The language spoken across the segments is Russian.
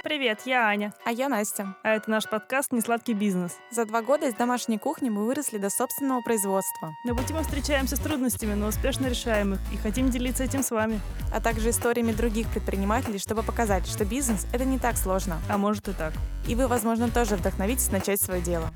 Привет, я Аня. А я Настя. А это наш подкаст «Несладкий бизнес». За 2 года из домашней кухни мы выросли до собственного производства. На пути мы встречаемся с трудностями, но успешно решаем их и хотим делиться этим с вами. А также историями других предпринимателей, чтобы показать, что бизнес — это не так сложно. А может и так. И вы, возможно, тоже вдохновитесь начать свое дело.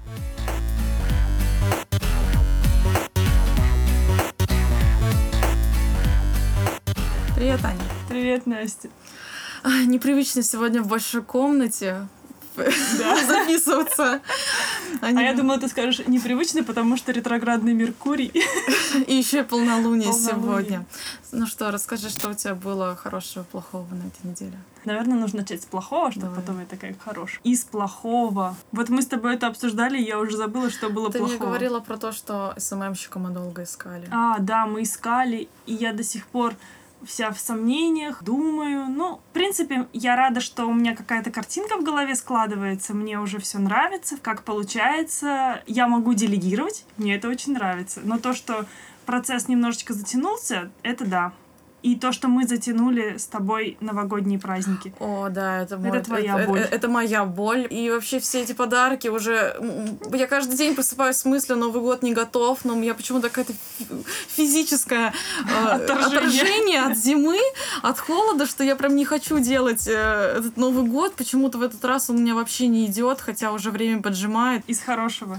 Привет, Аня. Привет, Настя. Непривычно сегодня в большой комнате записываться. А я думала, ты скажешь непривычно, потому что ретроградный Меркурий. И еще и полнолуние сегодня. Ну что, расскажи, что у тебя было хорошего, плохого на этой неделе. Наверное, нужно начать с плохого, чтобы потом я такая хорошая. Из плохого. Вот мы с тобой это обсуждали, и я уже забыла, что было плохого. Ты мне говорила про то, что СММщика мы долго искали. Да, мы искали, и я до сих пор вся в сомнениях, думаю. Ну, в принципе, я рада, что у меня какая-то картинка в голове складывается, мне уже все нравится, как получается. Я могу делегировать, мне это очень нравится. Но то, что процесс немножечко затянулся, это да. И то, что мы затянули с тобой новогодние праздники. О, да, это твоя боль. Это моя боль. И вообще все эти подарки уже... Я каждый день просыпаюсь с мыслью, Новый год не готов, но у меня почему-то какое-то физическое отторжение от зимы, от холода, что я прям не хочу делать этот Новый год. Почему-то в этот раз он у меня вообще не идет, хотя уже время поджимает. Из хорошего,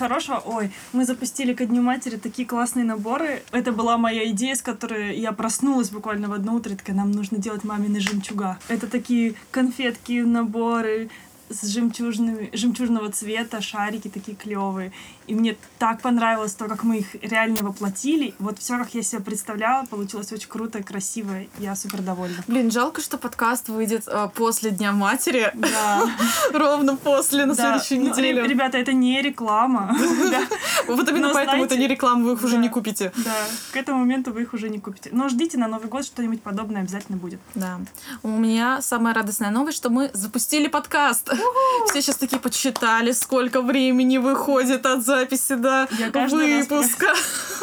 мы запустили ко Дню матери такие классные наборы. Это была моя идея, с которой я проснулась буквально в одно утро, такая, нам нужно делать мамины жемчуга. Это такие конфетки, наборы с жемчужного цвета, шарики такие клевые. И мне так понравилось то, как мы их реально воплотили. Вот все, как я себе представляла, получилось очень круто и красиво. Я супер довольна. Блин, жалко, что подкаст выйдет после Дня матери. Да. Ровно после, на следующей неделе. Ребята, это не реклама. Вот именно поэтому это не реклама, вы их уже не купите. Да, к этому моменту вы их уже не купите. Но ждите, на Новый год что-нибудь подобное обязательно будет. Да. У меня самая радостная новость, что мы запустили подкаст. Все сейчас такие подсчитали, сколько времени выходит от записи до выпуска.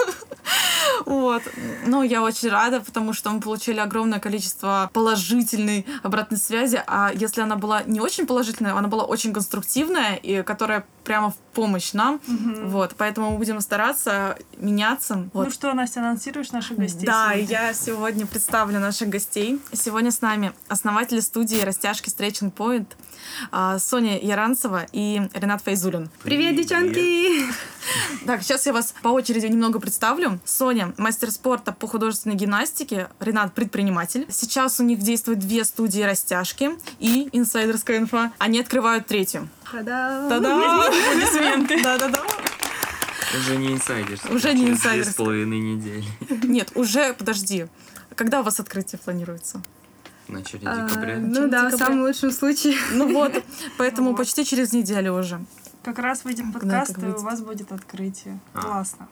Вот. Но я очень рада, потому что мы получили огромное количество положительной обратной связи, а если она была не очень положительная, она была очень конструктивная, и которая прямо в помощь нам. Вот. Поэтому мы будем стараться меняться. Вот. Ну что, Настя, анонсируешь наших гостей? Да, я сегодня представлю наших гостей. Сегодня с нами основатели студии растяжки Stretching Point Соня Яранцева и Ренат Файзулин. Привет, девчонки! Так, сейчас я вас по очереди немного представлю. Соня — мастер спорта по художественной гимнастике, Ренат — предприниматель. Сейчас у них действует 2 студии растяжки и инсайдерская инфа. Они открывают 3-ю. Та-дам! Аплодисменты. Да-да-да. Уже не инсайдерская. Уже не инсайдерская. 2,5 недели. Нет, уже, подожди. Когда у вас открытие планируется? В начале декабря. Ну да, в самом лучшем случае. Ну вот, поэтому почти через неделю уже. Как раз выйдет подкаст, и у вас будет открытие. Классно.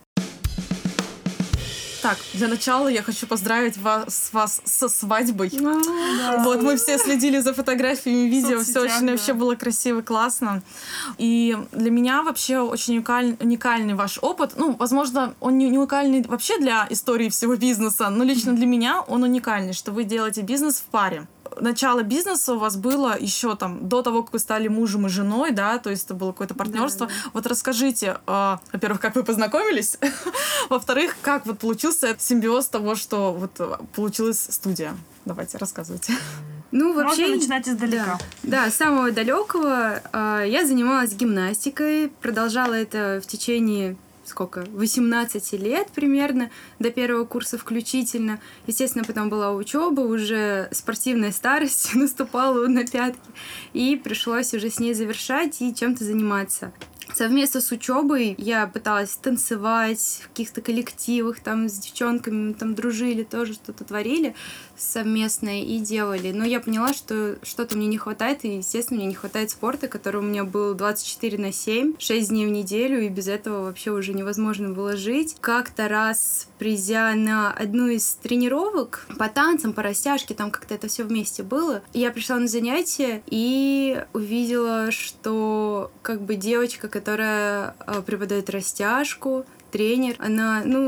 Так, для начала я хочу поздравить вас со свадьбой. Вот, мы все следили за фотографиями, видео, все очень вообще было красиво, классно. И для меня вообще очень уникальный ваш опыт. Ну, возможно, он не уникальный вообще для истории всего бизнеса, но лично для меня он уникальный, что вы делаете бизнес в паре. Начало бизнеса у вас было еще там до того, как вы стали мужем и женой, да, то есть это было какое-то партнерство. Да. Вот расскажите, во-первых, как вы познакомились, во-вторых, как вот получился симбиоз того, что вот получилась студия. Давайте, рассказывайте. Ну, вообще, можно начинать издалека. Да, с самого далекого я занималась гимнастикой, продолжала это в течение 18 лет примерно, до 1-го курса включительно. Естественно, потом была учеба, уже спортивная старость наступала на пятки, и пришлось уже с ней завершать и чем-то заниматься. Совместно с учебой я пыталась танцевать в каких-то коллективах, там с девчонками мы там дружили, тоже что-то творили совместное и делали. Но я поняла, что что-то мне не хватает, и, естественно, мне не хватает спорта, который у меня был 24/7, 6 дней в неделю, и без этого вообще уже невозможно было жить. Как-то раз, придя на одну из тренировок по танцам, по растяжке, там как-то это все вместе было, я пришла на занятие и увидела, что как бы девочка, которая преподает растяжку, тренер, она,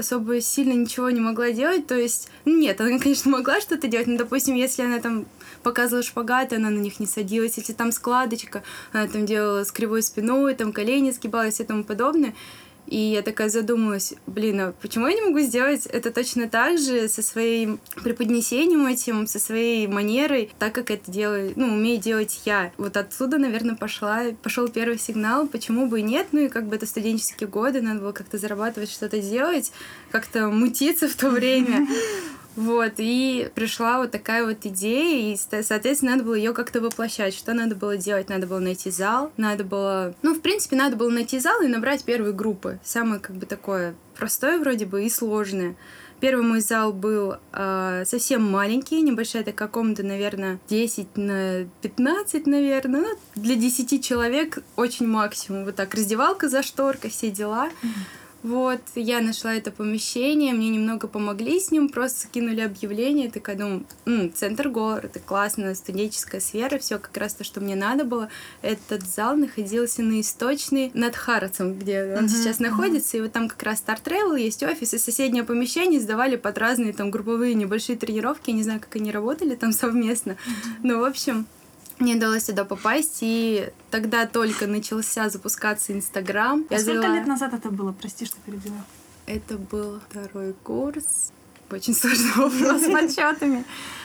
особо сильно ничего не могла делать, то есть, нет, она, конечно, могла что-то делать, но, допустим, если она там показывала шпагаты, она на них не садилась, если там складочка, она там делала с кривой спиной, там колени сгибалась и тому подобное. И я такая задумалась, а почему я не могу сделать это точно так же со своим преподнесением этим, со своей манерой, так как это делаю, умею делать я. Вот отсюда, наверное, пошел первый сигнал, почему бы и нет, и как бы это студенческие годы, надо было как-то зарабатывать, что-то делать, как-то мутиться в то время. Вот, и пришла вот такая вот идея, и, соответственно, надо было ее как-то воплощать. Что надо было делать? Надо было найти зал, надо было найти зал и набрать первые группы. Самое, как бы, такое простое вроде бы и сложное. Первый мой зал был совсем маленький, небольшая, такая комната, наверное, 10 на 15, наверное. Для 10 человек очень максимум. Вот так, раздевалка за шторкой, все дела. Вот, я нашла это помещение, мне немного помогли с ним, просто скинули объявление, такая думаю, центр города, классно, студенческая сфера, все как раз то, что мне надо было. Этот зал находился на Источной, над Харатсом, где он сейчас находится, и вот там как раз Star Travel, есть офис, и соседнее помещение сдавали под разные там групповые небольшие тренировки, я не знаю, как они работали там совместно, но, в общем... Мне удалось сюда попасть, и тогда только начался запускаться Инстаграм. Сколько лет назад это было? Прости, что перебила. Это был 2-й курс. Очень сложный вопрос с подсчетами.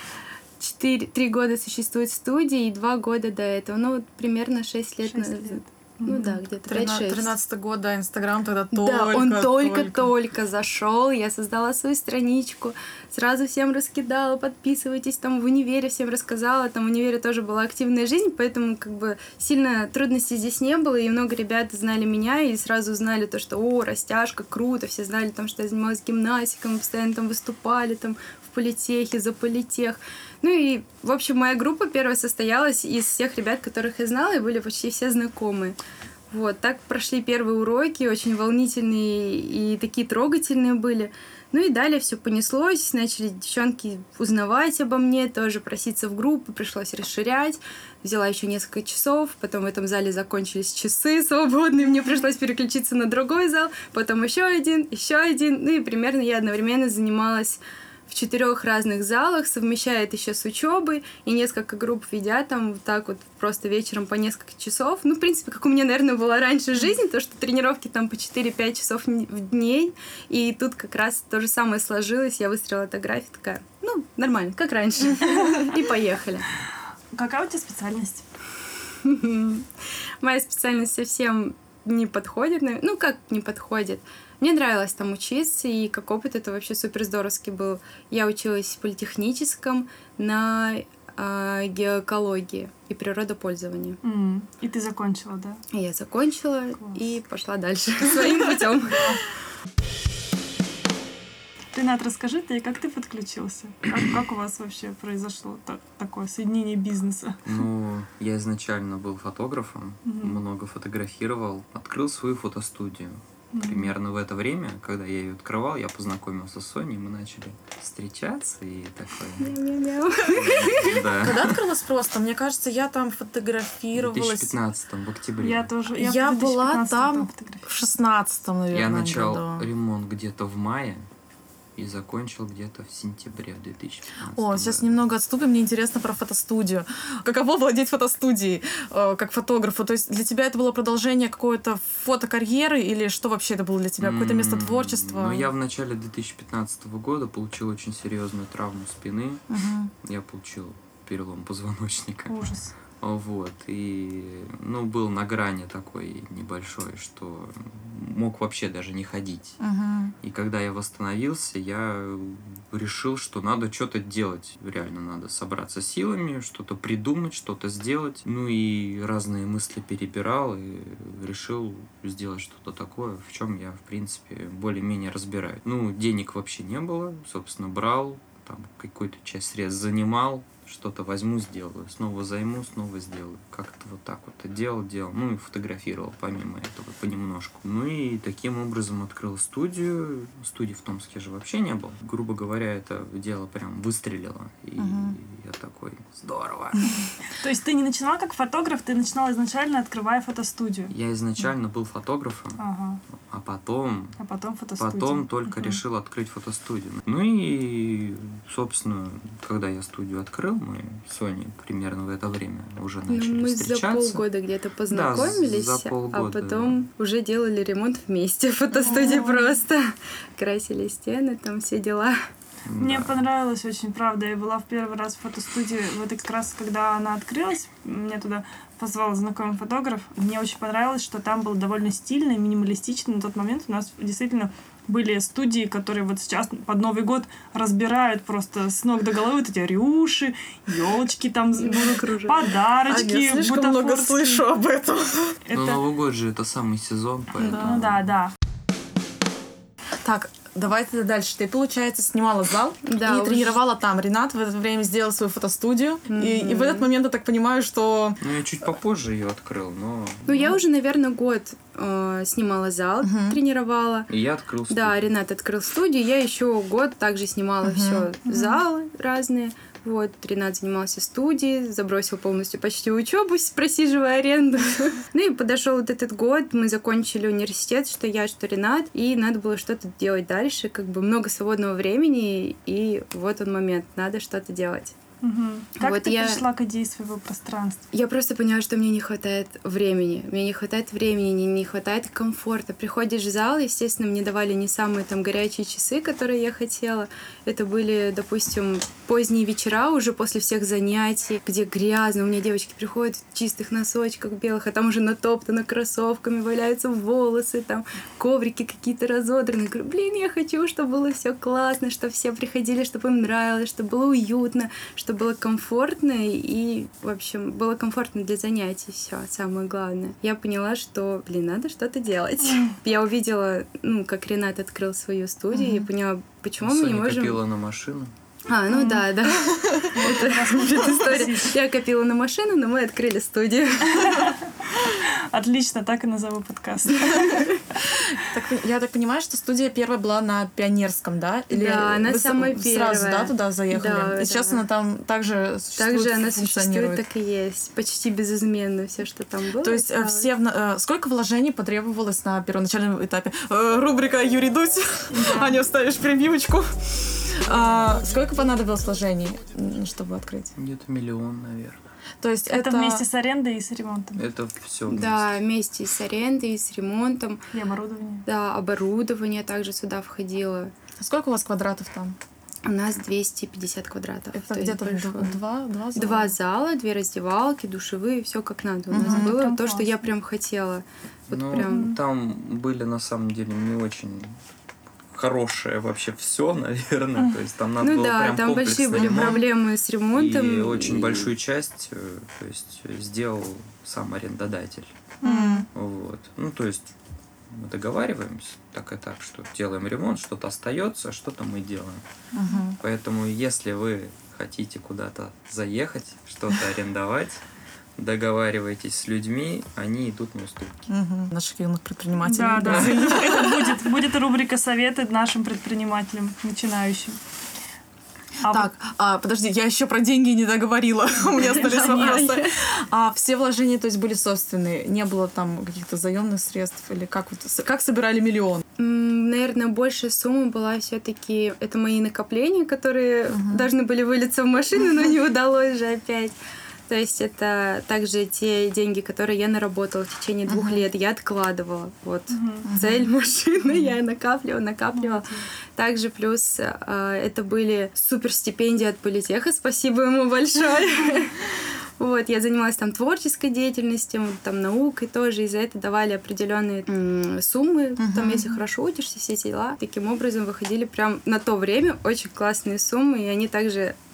3 года существует студия, и 2 года до этого. Примерно 6 лет назад. Да, где-то 5-6. 13-й год, да, Инстаграм тогда он только зашел. Я создала свою страничку, сразу всем раскидала, подписывайтесь, там в универе всем рассказала, там в универе тоже была активная жизнь, поэтому как бы сильно трудностей здесь не было, и много ребят знали меня, и сразу знали то, что растяжка, круто, все знали там, что я занималась гимнастикой, мы постоянно там выступали, там в политехе, за политех. И, в общем, моя группа первая состоялась из всех ребят, которых я знала, и были почти все знакомые. Вот, так прошли первые уроки, очень волнительные и такие трогательные были. И далее все понеслось, начали девчонки узнавать обо мне, тоже проситься в группу, пришлось расширять. Взяла еще несколько часов, потом в этом зале закончились часы свободные, мне пришлось переключиться на другой зал, потом еще один. И примерно я одновременно занималась в 4 разных залах, совмещая это еще с учебой, и несколько групп ведя там вот так вот просто вечером по несколько часов. В принципе, как у меня, наверное, была раньше жизнь, то, что тренировки там по 4-5 часов в день, и тут как раз то же самое сложилось, я выстроила эту график, такая, нормально, как раньше, и поехали. Какая у тебя специальность? Моя специальность совсем не подходит, как не подходит? Мне нравилось там учиться, и как опыт это вообще супер здоровский был. Я училась в политехническом на геоэкологии и природопользовании. И ты закончила, да? Я закончила. Класс. И пошла дальше своим путем. Ренат, расскажи ты, как ты подключился? Как у вас вообще произошло такое соединение бизнеса? Я изначально был фотографом, много фотографировал, открыл свою фотостудию. Примерно в это время, когда я ее открывал, я познакомился с Соней, мы начали встречаться и такое. Да. Когда открылась просто? Мне кажется, я там фотографировалась. В 2015-м, в октябре. Я тоже. Я была там в 16-м, наверное. Я начал ремонт где-то в мае и закончил где-то в сентябре 2015 года. Сейчас немного отступим. Мне интересно про фотостудию. Каково владеть фотостудией как фотографу? То есть для тебя это было продолжение какой-то фотокарьеры или что вообще это было для тебя? Какое-то место творчества? Я в начале 2015 года получил очень серьезную травму спины. Я получил перелом позвоночника. Ужас. Вот, и, был на грани такой небольшой, что мог вообще даже не ходить. И когда я восстановился, я решил, что надо что-то делать. Реально надо собраться силами, что-то придумать, что-то сделать. И разные мысли перебирал и решил сделать что-то такое, в чем я, в принципе, более-менее разбираюсь. Денег вообще не было, собственно, брал, там какую-то часть средств занимал, что-то возьму, сделаю, снова займу, снова сделаю. Как-то вот так вот делал, ну и фотографировал помимо этого понемножку. Ну и таким образом открыл студию. Студии в Томске же вообще не было. Грубо говоря, это дело прям выстрелило. И я такой, здорово. То есть ты не начинал как фотограф, ты начинал изначально, открывая фотостудию? Я изначально был фотографом, а потом фотостудию. Потом только решил открыть фотостудию. Ну и, собственно, когда я студию открыл, мы с Соней примерно в это время уже начали встречаться. Мы за полгода где-то познакомились, за полгода, а потом уже делали ремонт вместе в фотостудии просто. Красили стены, там все дела. Мне понравилось очень, правда. Я была в первый раз в фотостудии, вот как раз когда она открылась, меня туда позвал знакомый фотограф. Мне очень понравилось, что там было довольно стильно и минималистично. На тот момент у нас действительно были студии, которые вот сейчас под Новый год разбирают просто с ног до головы вот эти рюши, елочки там, подарочки. Я слишком много слышу об этом. Но Новый год же это самый сезон, поэтому... Да. Так, давайте дальше. Ты, получается, снимала зал и уже тренировала там. Ренат в это время сделал свою фотостудию. И в этот момент я так понимаю, что... Ну, я чуть попозже ее открыл, но... Ну, я уже, наверное, год снимала зал, тренировала. И я открыл студию. Да, Ренат открыл студию. Я еще год также снимала все залы разные. Вот, Ренат занимался студией, забросил полностью почти учебу, просиживая аренду. Ну и подошел вот этот год, мы закончили университет, что я, что Ренат, и надо было что-то делать дальше, как бы много свободного времени, и вот он момент, надо что-то делать. Как вот ты пришла к идее своего пространства? Я просто поняла, что мне не хватает времени. Мне не хватает времени, не хватает комфорта. Приходишь в зал, естественно, мне давали не самые там горячие часы, которые я хотела. Это были, допустим, поздние вечера уже после всех занятий, где грязно. У меня девочки приходят в чистых носочках белых, а там уже натоптано кроссовками, валяются волосы, там коврики какие-то разодранные. Я говорю, блин, я хочу, чтобы было все классно, чтобы все приходили, чтобы им нравилось, чтобы было уютно, чтобы было комфортно и, в общем, было комфортно для занятий. Все, самое главное. Я поняла, что, надо что-то делать. Я увидела, как Ренат открыл свою студию, я поняла, почему мы не можем... копила на машину. Да. Это история. Я копила на машину, но мы открыли студию. Отлично, так и назову подкаст. Я так понимаю, что студия первая была на Пионерском, да? Или да, она самая первая. Сразу, да, туда заехали? Да, и сейчас она там также существует, также она существует, так и есть. Почти безызменно все, что там было. То есть сколько вложений потребовалось на первоначальном этапе? Рубрика «Юрий Дудь». Аня, вставишь прибивочку. Сколько понадобилось вложений, чтобы открыть? Где-то 1 миллион, наверное. То есть это вместе с арендой и с ремонтом? Это все вместе. Да, вместе и с арендой, и с ремонтом. И оборудование? Да, оборудование также сюда входило. Сколько у вас квадратов там? У нас 250 квадратов. Это где-то два зала? 2 зала, 2 раздевалки, душевые, все как надо. У нас было то, что я прям хотела. Там были на самом деле не очень... хорошее вообще все, наверное. То есть там надо было прям там большие были проблемы с ремонтом. И очень большую часть, то есть, сделал сам арендодатель. Вот. То есть мы договариваемся так и так, что делаем ремонт, что-то остается, что-то мы делаем. Поэтому если вы хотите куда-то заехать, что-то арендовать, договаривайтесь с людьми, они идут на уступки. Наших юных предпринимателей. Да. Это будет рубрика «Советы нашим предпринимателям, начинающим». Подожди, я еще про деньги не договорила. У меня остались вопросы. Все вложения, то есть, были собственные? Не было там каких-то заемных средств? Или как собирали миллион? Наверное, большая сумма была все-таки это мои накопления, которые должны были вылиться в машину, но не удалось же опять. То есть это также те деньги, которые я наработала в течение 2 лет, я откладывала. Вот цель машины, я накапливала. Также плюс это были супер стипендии от политеха, спасибо ему большое. Вот, я занималась там творческой деятельностью, там наукой тоже, и за это давали определенные суммы, там, если хорошо учишься, все дела. Таким образом выходили прям на то время очень классные суммы, и они также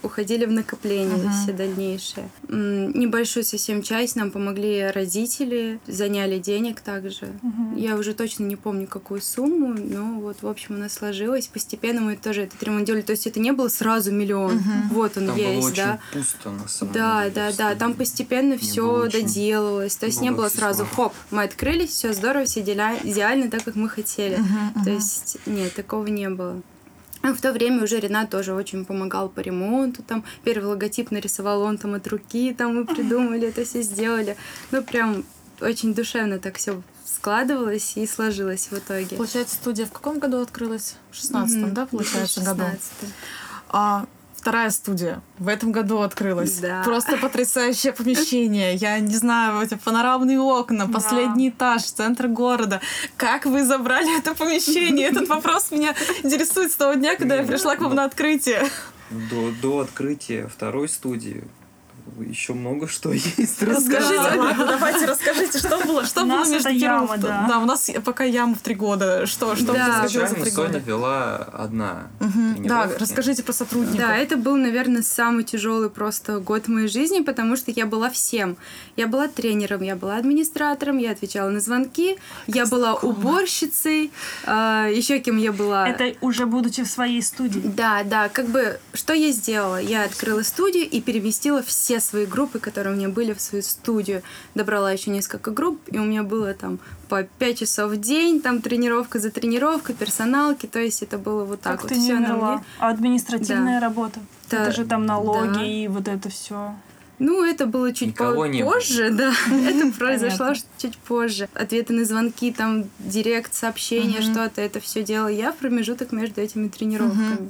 уходили в накопление все дальнейшие. Небольшую совсем часть нам помогли родители, заняли денег также. Я уже точно не помню, какую сумму, но вот, в общем, у нас сложилось. Постепенно мы тоже этот ремонт делали. То есть это не было сразу миллион. Вот он там есть, было да. очень пусто, на самом Да, деле. да. Там постепенно все доделалось. То есть не было сразу, хоп, мы открылись, все здорово, все идеально так, как мы хотели. То есть нет, такого не было. В то время уже Ренат тоже очень помогал по ремонту. Там первый логотип нарисовал он там от руки, там мы придумали, это все сделали. Ну, прям очень душевно так все складывалось и сложилось в итоге. Получается, студия в каком году открылась? В 16-м, да, получается, году? 16-м. Вторая студия в этом году открылась. Да. Просто потрясающее помещение. Я не знаю, эти панорамные окна, последний этаж, центр города. Как вы забрали это помещение? Этот вопрос меня интересует с того дня, когда я пришла к вам на открытие. До открытия второй студии еще много что есть. Расскажите, давайте расскажите, что было между первым... Да, у нас пока яма в 3 года. Что происходило за 3 года? Соня вела одна тренировки. Да, расскажите про сотрудников. Да, это был, наверное, самый тяжелый просто год в моей жизни, потому что я была всем. Я была тренером, я была администратором, я отвечала на звонки, я была уборщицей, еще кем я была. Это уже будучи в своей студии. Да, как бы, что я сделала? Я открыла студию и переместила все свои группы, которые у меня были, в свою студию. Добрала еще несколько групп, и у меня было там по 5 часов в день, там тренировка за тренировкой, персоналки, то есть это было вот так как вот. Ты не умерла. А административная работа? Да. Это же там налоги и вот это все. Ну, это было чуть позже, да. Это произошло чуть позже. Ответы на звонки, там, директ, сообщения, что-то, это все делала я в промежуток между этими тренировками.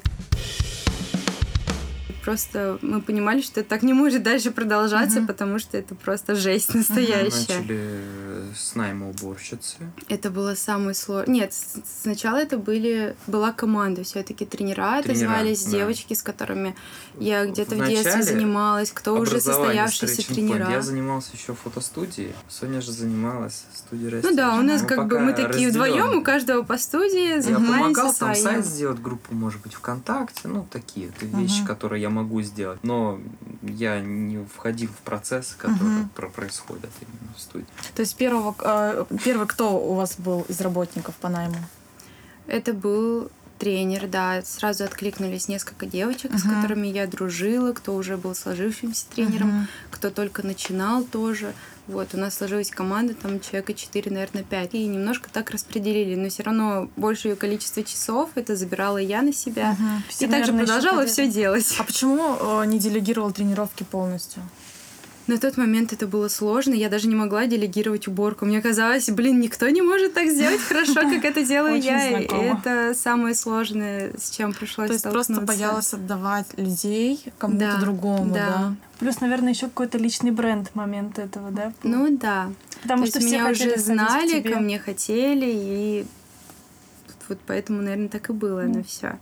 Просто мы понимали, что это так не может дальше продолжаться, потому что это просто жесть настоящая. Начали с найма уборщицы. Это было самое сложное. Нет, сначала это была команда, все-таки тренера отозвались, девочки, с которыми я где-то в детстве занималась, кто уже состоявшиеся тренера. Я занимался еще в фотостудии, Соня же занималась в студии Растеж. Ну да, у нас как бы мы такие вдвоем, у каждого по студии, занимаемся своим. Я помогал там сайт сделать, группу, может быть, ВКонтакте, ну такие вещи, которые я могу сделать. Но я не входил в процессы, которые происходят именно в студии. То есть первый кто у вас был из работников по найму? Это был тренер, да. Сразу откликнулись несколько девочек, с которыми я дружила, кто уже был сложившимся тренером, кто только начинал тоже. Вот, у нас сложилась команда, там человека 4, наверное, 5. И немножко так распределили, но все равно большее количество часов это забирала я на себя. И также продолжала все делать. А почему не делегировала тренировки полностью? На тот момент это было сложно, я даже не могла делегировать уборку. Мне казалось, никто не может так сделать хорошо, как это делаю я. И это самое сложное, с чем пришлось столкнуться. То есть просто боялась отдавать людей кому-то другому, да? Плюс, наверное, еще какой-то личный бренд момент этого, да? Ну да. Потому что меня уже знали, ко мне хотели, и вот поэтому, наверное, так и было на все.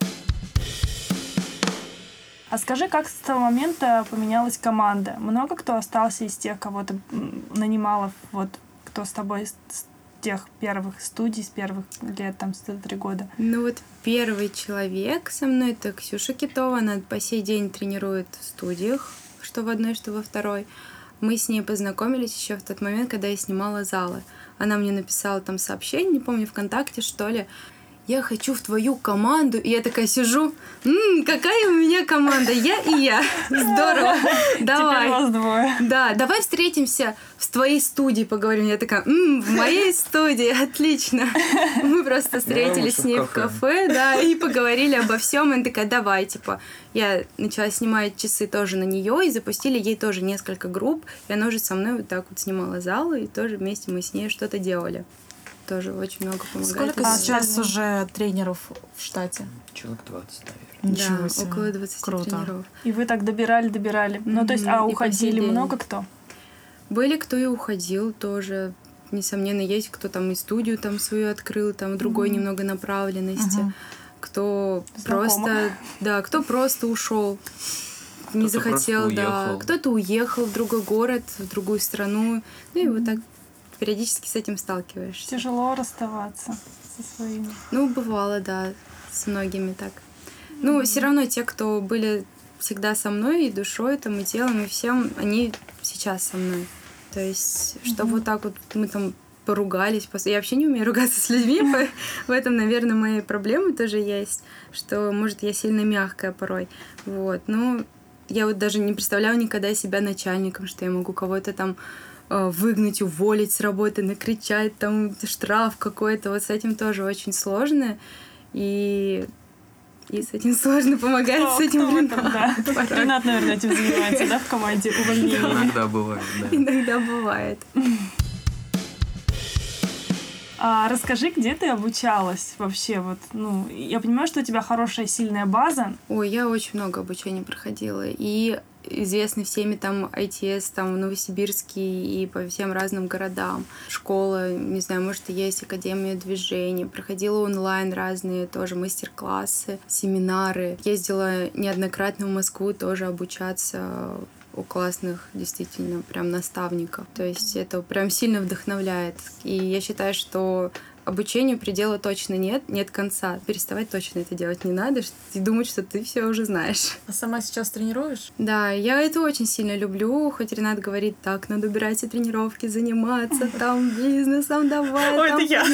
А скажи, как с того момента поменялась команда? Много кто остался из тех, кого ты нанимала, вот кто с тобой с тех первых студий, с первых лет, там, 3 года? Ну вот первый человек со мной — это Ксюша Китова. Она по сей день тренирует в студиях, что в одной, что во второй. Мы с ней познакомились еще в тот момент, когда я снимала залы. Она мне написала там сообщение, не помню, ВКонтакте, что ли. Я хочу в твою команду. И я такая сижу, какая у меня команда, я и я. Здорово, давай. Теперь вас двое. Да, давай встретимся в твоей студии, поговорим. Я такая, в моей студии, отлично. Мы просто встретились с ней в кафе, да, и поговорили обо всем. И она такая, давай, я начала снимать часы тоже на нее, и запустили ей тоже несколько групп. И она уже со мной вот так вот снимала залы, и тоже вместе мы с ней что-то делали. Тоже очень много помогает. Сколько сейчас уже тренеров в штате? Человек 20, наверное. Ничего себе. Около 20 тренеров. И вы так добирали. Ну, то есть, уходили много кто? Были, кто и уходил тоже. Несомненно, есть кто там и студию там свою открыл, там другой немного направленности. Кто просто... Да, кто просто ушел. Не захотел, да. Кто-то уехал в другой город, в другую страну. Ну и вот так периодически с этим сталкиваешься. Тяжело расставаться со своими. Ну, бывало, да, с многими так. Ну, все равно те, кто были всегда со мной и душой, там, и телом, и всем, они сейчас со мной. То есть, чтобы вот так вот мы там поругались. Я вообще не умею ругаться с людьми, в этом, наверное, мои проблемы тоже есть, что, может, я сильно мягкая порой. Вот. Ну, я вот даже не представляю никогда себя начальником, что я могу кого-то там выгнать, уволить с работы, накричать, там, штраф какой-то. Вот с этим тоже очень сложно. И с этим сложно помогать, с этим Ренат. Ренат, наверное, этим занимается, да, в команде увольнения? Иногда бывает, да. Иногда бывает. Расскажи, где ты обучалась вообще? Вот, ну, я понимаю, что у тебя хорошая, сильная база. Ой, я очень много обучений проходила. И известны всеми там ITS, там в Новосибирске и по всем разным городам. Школа, не знаю, может, и есть Академия движений. Проходила онлайн разные тоже мастер-классы, семинары. Ездила неоднократно в Москву тоже обучаться у классных, действительно, прям наставников. То есть это прям сильно вдохновляет. И я считаю, что обучению предела точно нет конца. Переставать точно это делать не надо и думать, что ты все уже знаешь. А сама сейчас тренируешь? Да, я это очень сильно люблю. Хоть Ренат говорит, так, надо убирать все тренировки, заниматься там бизнесом, давай. Ой, там это я.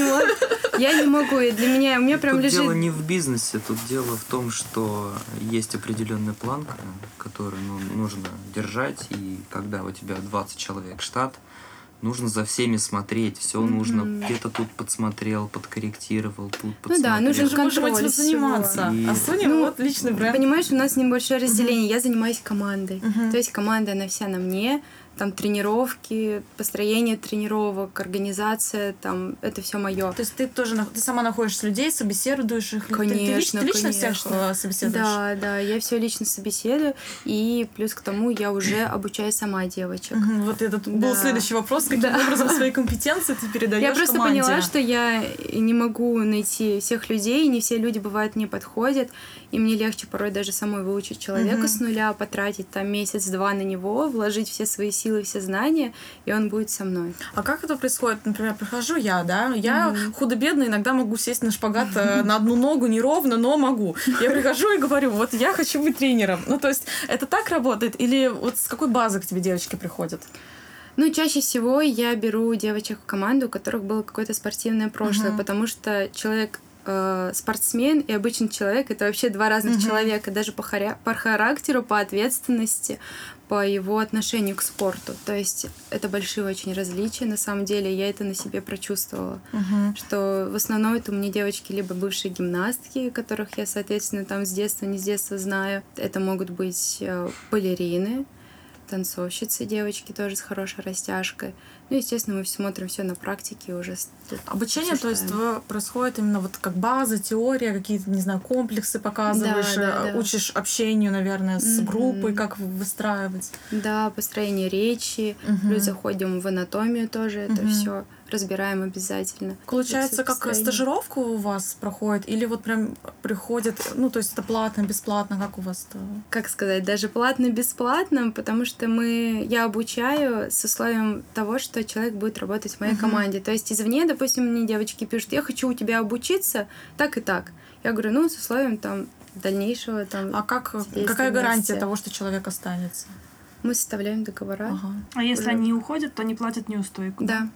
Я не могу. И для меня, у меня прям тут лежит... дело не в бизнесе, тут дело в том, что есть определенная планка, которую нужно держать, и когда у тебя 20 человек штат, нужно за всеми смотреть, все нужно, где-то тут подсмотрел, подкорректировал, тут подсмотрел. Ну да, нужен контроль этим заниматься. И... А Соня вот личный бренд. Понимаешь, у нас небольшое разделение. Я занимаюсь командой. То есть команда, она вся на мне. Там тренировки, построение тренировок, организация, там это все мое. То есть ты тоже ты сама находишь людей, собеседуешь их? Конечно, ты лично конечно. всех собеседуешь? Да, я все лично собеседую. И плюс к тому я уже обучаю сама девочек. Вот это был следующий вопрос. Каким образом свои компетенции ты передаешь Я просто команде? поняла, что я не могу найти всех людей, не все люди, бывают, мне подходят, и мне легче порой даже самой выучить человека с нуля, потратить там месяц-два на него, вложить все свои силы, все знания, и он будет со мной. А как это происходит? Например, прихожу я, да? Я худо-бедно иногда могу сесть на шпагат на одну ногу, неровно, но могу. Я прихожу и говорю, вот я хочу быть тренером. Ну, то есть это так работает? Или вот с какой базы к тебе девочки приходят? Ну, чаще всего я беру девочек в команду, у которых было какое-то спортивное прошлое, потому что человек спортсмен и обычный человек — это вообще два разных человека, даже по характеру, по ответственности, по его отношению к спорту. То есть это большие очень различия. На самом деле я это на себе прочувствовала, что в основном это у меня девочки либо бывшие гимнастки, которых я, соответственно, там с детства, не с детства знаю. Это могут быть балерины, танцовщицы, девочки тоже с хорошей растяжкой. Ну, естественно, мы смотрим все на практике уже. Обучение, то есть, происходит именно вот как база, теория, какие-то, не знаю, комплексы показываешь, да. Учишь общению, наверное, с группой, как выстраивать. Да, построение речи, плюс заходим в анатомию тоже, это все разбираем обязательно. Получается, как стажировка у вас проходит? Или вот прям приходят, ну, то есть это платно, бесплатно, как у вас-то? Как сказать, даже платно-бесплатно, потому что я обучаю с условием того, что человек будет работать в моей команде. То есть извне, допустим, мне девочки пишут, я хочу у тебя обучиться так и так. Я говорю, ну, с условием там дальнейшего там. А какая гарантия того, что человек останется? Мы составляем договора. А если они уходят, то они платят неустойку? Да.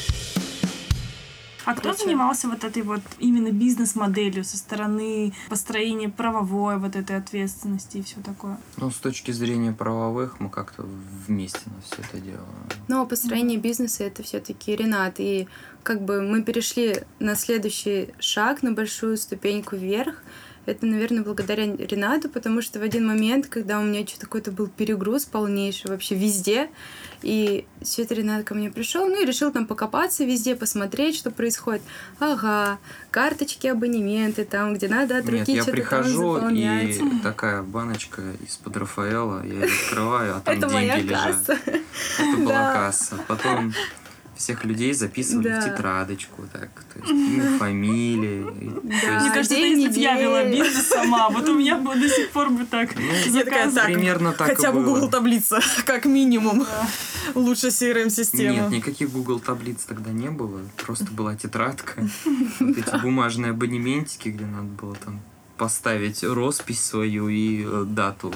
А кто занимался вот этой вот именно бизнес-моделью со стороны построения правовой вот этой ответственности и все такое? Ну, с точки зрения правовых, мы как-то вместе на все это делаем. Но построение бизнеса — это все-таки Ренат. И как бы мы перешли на следующий шаг, на большую ступеньку вверх. Это, наверное, благодаря Ренату, потому что в один момент, когда у меня что-то какой-то был перегруз полнейший вообще везде, и все-таки Ренат ко мне пришел, ну и решил там покопаться везде, посмотреть, что происходит. Ага, карточки, абонементы, там, где надо от руки что-то там заполнять. И такая баночка из-под Рафаэла, я ее открываю, а там это деньги лежат. Касса. Это была касса. Потом всех людей записывали в тетрадочку, так, то есть имя, фамилии. Мне кажется, если бы я вела бизнес сама, вот у меня бы до сих пор бы так заказывали. Примерно так хотя бы Google таблица, как минимум. Лучше CRM-система. Нет, никаких Google таблиц тогда не было, просто была тетрадка, вот эти бумажные абонементики, где надо было там поставить роспись свою и дату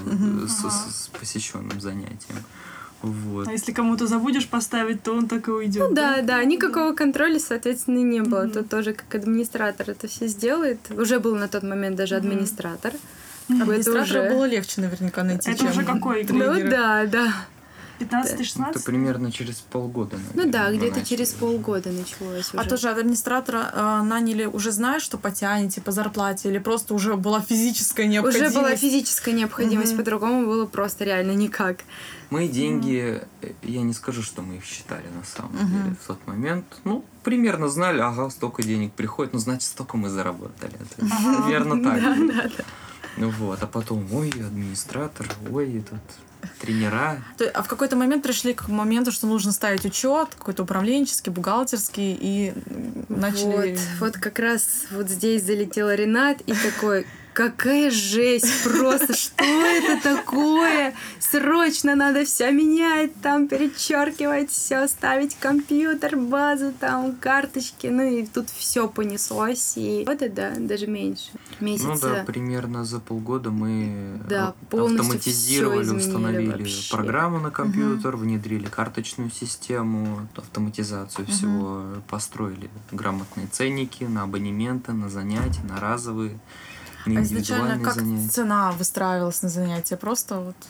с посещенным занятием. Вот. А если кому-то забудешь поставить, то он так и уйдет. Ну да, никакого контроля, соответственно, не было. Тут тоже как администратор это все сделает. Уже был на тот момент даже администратор. Администратора было легче наверняка найти, это чем уже какой тренера. Ну да. 15-16? Это примерно через полгода, наверное. Ну да, где-то через полгода началось уже. А тоже администратора наняли, уже зная, что потянете по зарплате, или просто уже была физическая необходимость? Уже была физическая необходимость, по-другому было просто реально никак. Мы деньги, я не скажу, что мы их считали на самом деле в тот момент. Ну, примерно знали, ага, столько денег приходит, ну, значит, столько мы заработали. Это примерно так. Да. Ну вот, а потом, ой, администратор, ой, этот... тренера. А в какой-то момент пришли к моменту, что нужно ставить учет, какой-то управленческий, бухгалтерский, и начали... Вот как раз вот здесь залетел Ренат и такой: какая жесть просто, что это такое? Срочно надо все менять, там перечеркивать все, ставить компьютер, базу, там карточки, ну и тут все понеслось, и вот это даже меньше месяца. Ну да, примерно за полгода мы автоматизировали, установили вообще программу на компьютер, внедрили карточную систему, автоматизацию всего, построили грамотные ценники на абонементы, на занятия, на разовые. А изначально как цена выстраивалась на занятия? Просто вот...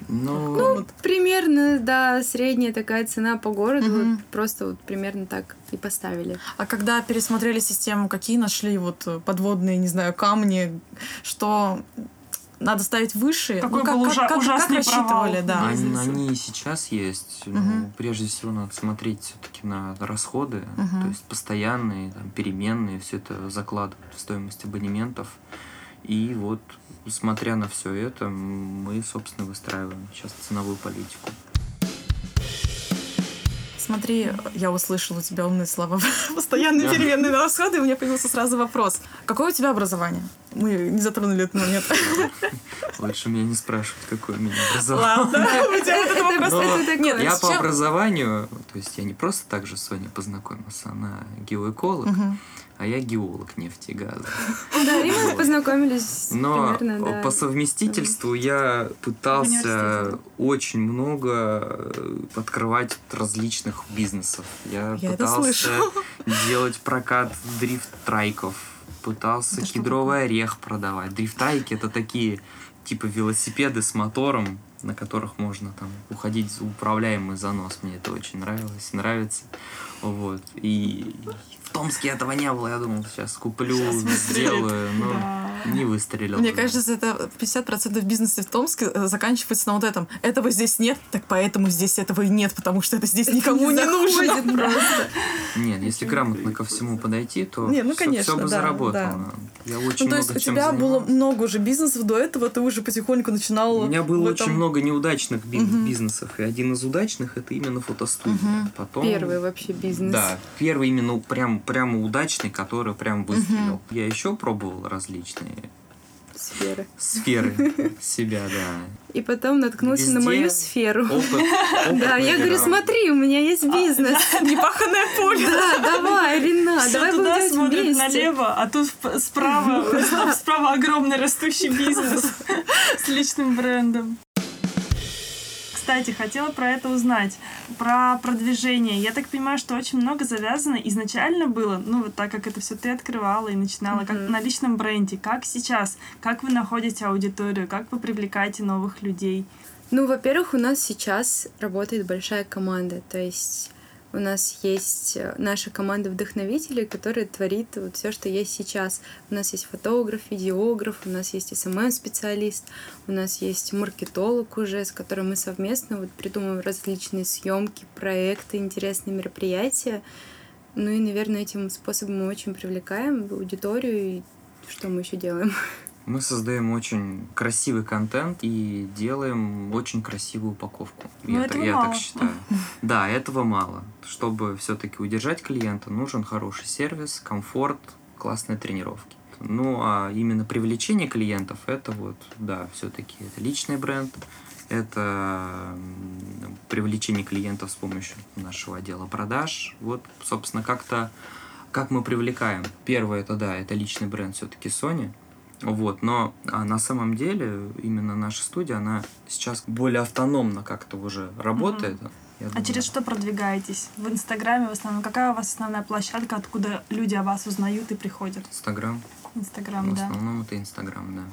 Ну, примерно, да, средняя такая цена по городу. Вот просто вот примерно так и поставили. А когда пересмотрели систему, какие нашли вот подводные, не знаю, камни, что надо ставить выше? Какой был ужасный рассчитывали, да. Они и сейчас есть. Ну, прежде всего надо смотреть все-таки на расходы, то есть постоянные, там, переменные, все это закладывать в стоимость абонементов. И вот, смотря на все это, мы, собственно, выстраиваем сейчас ценовую политику. Смотри, я услышала у тебя умные слова. Постоянные переменные расходы, и у меня появился сразу вопрос. Какое у тебя образование? Мы не затронули этот момент. Лучше меня не спрашивать, какое у меня образование. Ладно. Я по образованию, то есть я не просто так же с Соней познакомился, она геоэколог, а я геолог нефти и газа. Да, и мы познакомились примерно, да. Но по совместительству я пытался очень много открывать различных бизнесов. Я пытался делать прокат дрифт-трайков, пытался кедровый орех продавать. Дрифт-трайки — это такие типа велосипеды с мотором, на которых можно там уходить в управляемый занос. Мне это очень нравится. Вот. И в Томске этого не было. Я думал, сейчас куплю, сделаю, но не выстрелил. Мне кажется, это 50% бизнеса в Томске заканчивается на вот этом. Этого здесь нет, так поэтому здесь этого и нет, потому что это здесь никому не нужно. Просто. Нет, если грамотно ко всему подойти, то все бы да, заработало. Да. Я очень то есть много у чем тебя было занимался. много уже бизнесов до этого, ты уже потихоньку начинал. У меня было очень много неудачных бизнесов, и один из удачных — это именно фотостудия. Потом... Первый вообще бизнес. Да, первый именно прямо удачный, который прям выстрелил. Я еще пробовал различные сферы себя, да. И потом наткнулся Везде на мою сферу. Опыт Да, я говорю, смотри, у меня есть бизнес. Непаханное поле. Да, давай, Ренат, давай будем делать смотрит вместе. налево, а тут справа огромный растущий бизнес с личным брендом. Кстати, хотела про это узнать, про продвижение. Я так понимаю, что очень много завязано изначально было, ну вот так как это все ты открывала и начинала, как на личном бренде. Как сейчас? Как вы находите аудиторию? Как вы привлекаете новых людей? Ну, во-первых, у нас сейчас работает большая команда, то есть у нас есть наша команда вдохновителей, которая творит вот все, что есть сейчас. У нас есть фотограф, видеограф, у нас есть СММ-специалист, у нас есть маркетолог уже, с которым мы совместно вот придумываем различные съемки, проекты, интересные мероприятия. Ну и, наверное, этим способом мы очень привлекаем аудиторию. И что мы еще делаем? Мы создаем очень красивый контент и делаем очень красивую упаковку. Я так считаю. Да, этого мало. Чтобы все-таки удержать клиента, нужен хороший сервис, комфорт, классные тренировки. Ну, а именно привлечение клиентов — это вот, да, все-таки это личный бренд, это привлечение клиентов с помощью нашего отдела продаж. Вот, собственно, как мы привлекаем. Первое — это, да, это личный бренд все-таки Sony. Вот, но на самом деле именно наша студия, она сейчас более автономно как-то уже работает. Через что продвигаетесь? В Инстаграме в основном? Какая у вас основная площадка, откуда люди о вас узнают и приходят? Инстаграм. Инстаграм, да. В основном это Инстаграм, да.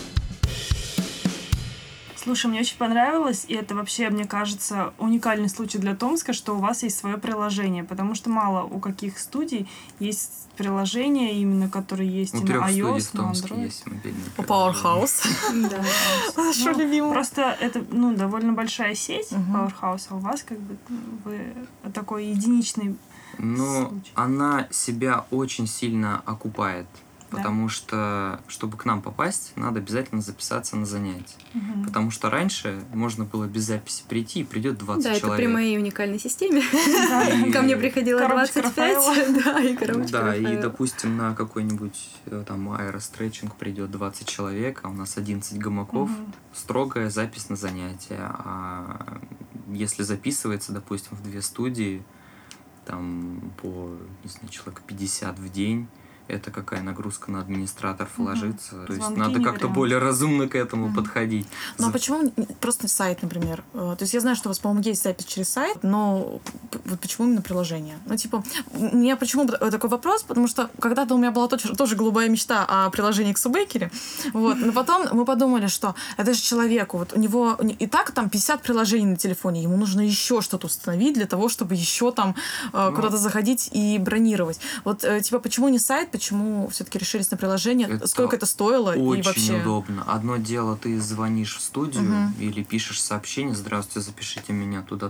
Слушай, мне очень понравилось, и это вообще, мне кажется, уникальный случай для Томска, что у вас есть свое приложение, потому что мало у каких студий есть приложения, именно которые есть и на iOS, на Android. Есть мобильное У Powerhouse. Да. Наша любимая. Просто это, довольно большая сеть Powerhouse, а у вас как бы вы такой единичный случай. Она себя очень сильно окупает. Потому что, чтобы к нам попасть, надо обязательно записаться на занятия. Потому что раньше можно было без записи прийти, и придет 20 человек. Да, это при моей уникальной системе. Ко мне приходило 25. Да, и коробочка Рафаэла. Да, и, допустим, на какой-нибудь там аэростретчинг придет 20 человек, а у нас 11 гамаков. Строгая запись на занятия. А если записывается, допустим, в 2 студии, там по, не знаю, человек 50 в день, это какая нагрузка на администраторов ложится. То есть надо как-то более разумно к этому подходить. Ну а почему просто сайт, например? То есть я знаю, что у вас, по-моему, есть запись через сайт, но вот почему именно приложение? Ну, типа, у меня почему такой вопрос? Потому что когда-то у меня была тоже голубая мечта о приложении к Subbaker. Вот. Но потом мы подумали, что это же человеку, вот у него и так там 50 приложений на телефоне, ему нужно еще что-то установить для того, чтобы еще там куда-то заходить и бронировать. Вот, типа, почему не сайт? Почему все-таки решились на приложение? Сколько это стоило? Очень и вообще... удобно. Одно дело, ты звонишь в студию или пишешь сообщение: «Здравствуйте, запишите меня туда.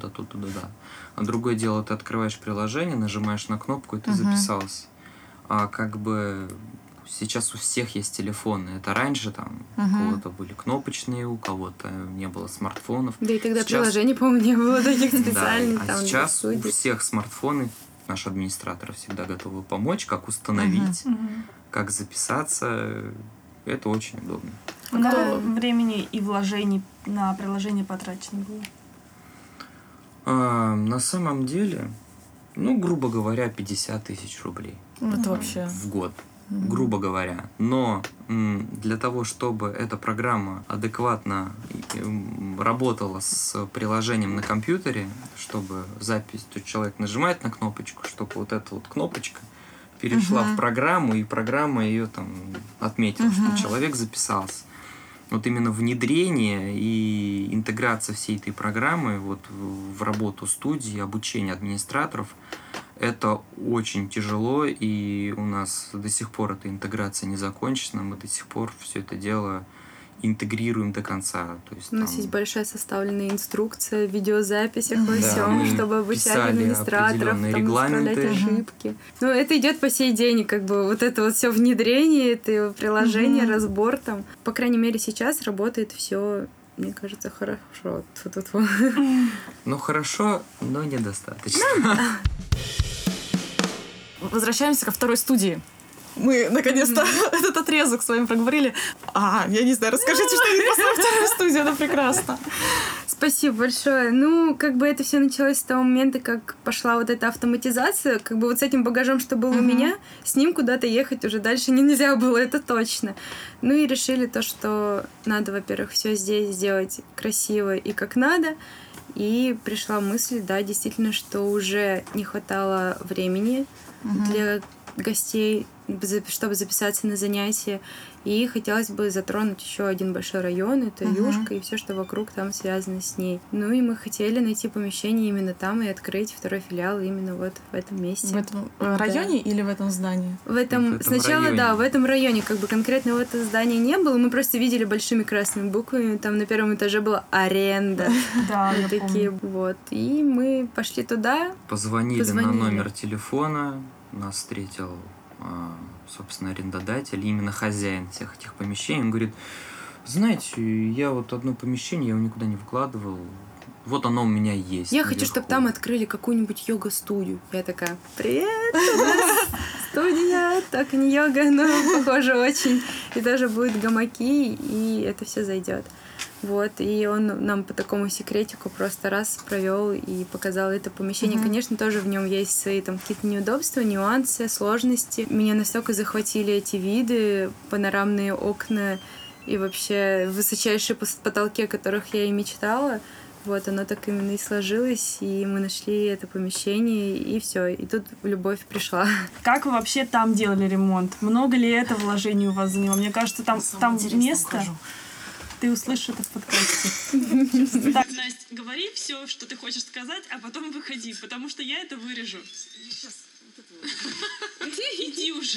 А другое дело, ты открываешь приложение, нажимаешь на кнопку, и ты записался. А как бы сейчас у всех есть телефоны. Это раньше там у кого-то были кнопочные, у кого-то не было смартфонов. Да и тогда приложений, по-моему, не было таких специальных. Да, а сейчас у всех смартфоны. Наши администраторы всегда готовы помочь, как установить, как записаться. Это очень удобно. Много времени и вложений на приложение потрачено было? На самом деле, грубо говоря, 50 тысяч рублей. Это вообще... В год. Грубо говоря. Но для того, чтобы эта программа адекватно работала с приложением на компьютере, чтобы запись, то человек нажимает на кнопочку, чтобы вот эта вот кнопочка перешла в программу, и программа ее там отметила, что человек записался. Вот именно внедрение и интеграция всей этой программы вот в работу студии, обучение администраторов, это очень тяжело, и у нас до сих пор эта интеграция не закончена. Мы до сих пор все это дело интегрируем до конца. То есть, у нас есть большая составленная инструкция, видеозапись во всем, чтобы обучать администраторов, там, исправлять ошибки. Это идет по сей день, как бы вот это вот все внедрение, это приложение, разбор там. По крайней мере, сейчас работает все, мне кажется, хорошо. Хорошо, но недостаточно. Возвращаемся ко второй студии. Мы, наконец-то, этот отрезок с вами проговорили. Я не знаю, расскажите что-нибудь про свою вторую студию, это прекрасно. Спасибо большое. Это все началось с того момента, как пошла вот эта автоматизация, вот с этим багажом, что был у меня, с ним куда-то ехать уже дальше нельзя было, это точно. И решили то, что надо, во-первых, все здесь сделать красиво и как надо. И пришла мысль, да, действительно, что уже не хватало времени для гостей, чтобы записаться на занятия. И хотелось бы затронуть еще один большой район, это Юшка, и все, что вокруг там связано с ней. И мы хотели найти помещение именно там и открыть второй филиал именно вот в этом месте. В этом районе или в этом здании? В этом сначала, районе. Да, в этом районе, конкретно в это здание не было, мы просто видели большими красными буквами, там на первом этаже была аренда. Да, такие вот. И мы пошли туда. Позвонили на номер телефона, нас встретил, собственно, арендодатель, именно хозяин всех этих помещений. Он говорит: знаете, я вот одно помещение, я его никуда не выкладывал, вот оно у меня есть. Я хочу, чтобы там открыли какую-нибудь йога-студию. Я такая: привет, у нас студия, только не йога, но похоже очень. И даже будут гамаки, и это все зайдет. Вот, и он нам по такому секретику просто раз провел и показал это помещение. Конечно, тоже в нем есть свои там какие-то неудобства, нюансы, сложности. Меня настолько захватили эти виды, панорамные окна и вообще высочайшие потолки, о которых я и мечтала. Вот, оно так именно и сложилось, и мы нашли это помещение, и все, и тут любовь пришла. Как вы вообще там делали ремонт? Много ли это вложений у вас заняло? Мне кажется, там место... Ты услышишь это в подкасте. Так, Настя, говори все, что ты хочешь сказать, а потом выходи, потому что я это вырежу. Иди уже.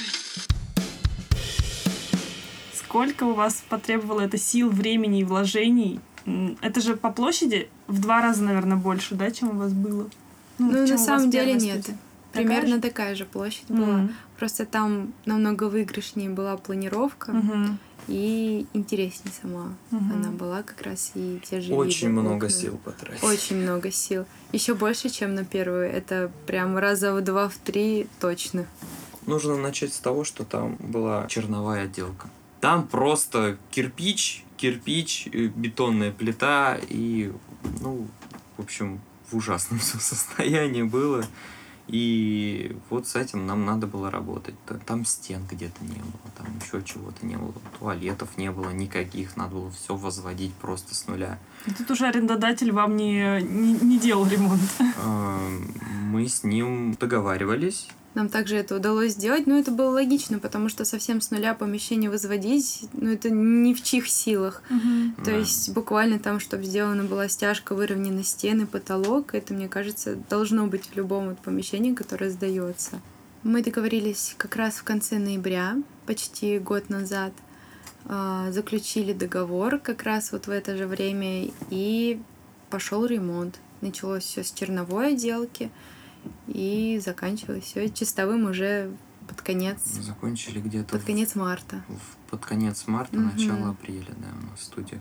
Сколько у вас потребовало это сил, времени и вложений? Это же по площади в 2 раза, наверное, больше, да, чем у вас было? Ну на самом деле нет. Примерно такая же площадь была. Просто там намного выигрышнее была планировка. И интереснее сама она была как раз, и те же очень виды, много окна. сил потратили. Очень много сил. Еще больше, чем на первую. Это прям раза в 2-3 точно. Нужно начать с того, что там была черновая отделка. Там просто кирпич, бетонная плита и, ну, в общем, в ужасном состоянии было. И вот с этим нам надо было работать. Там стен где-то не было, там еще чего-то не было, туалетов не было никаких, надо было все возводить просто с нуля. И тут уже арендодатель вам не делал ремонт. Мы с ним договаривались. Нам также это удалось сделать, но это было логично, потому что совсем с нуля помещение возводить, ну, это не в чьих силах. То есть буквально там, чтобы сделана была стяжка, выровнены стены, потолок, это, мне кажется, должно быть в любом вот помещении, которое сдается. Мы договорились как раз в конце ноября, почти год назад, заключили договор как раз вот в это же время, и пошел ремонт. Началось все с черновой отделки, и заканчивалось все чистовым уже под конец. Закончили где-то под конец марта. Под конец марта, начало апреля, да, у нас студия.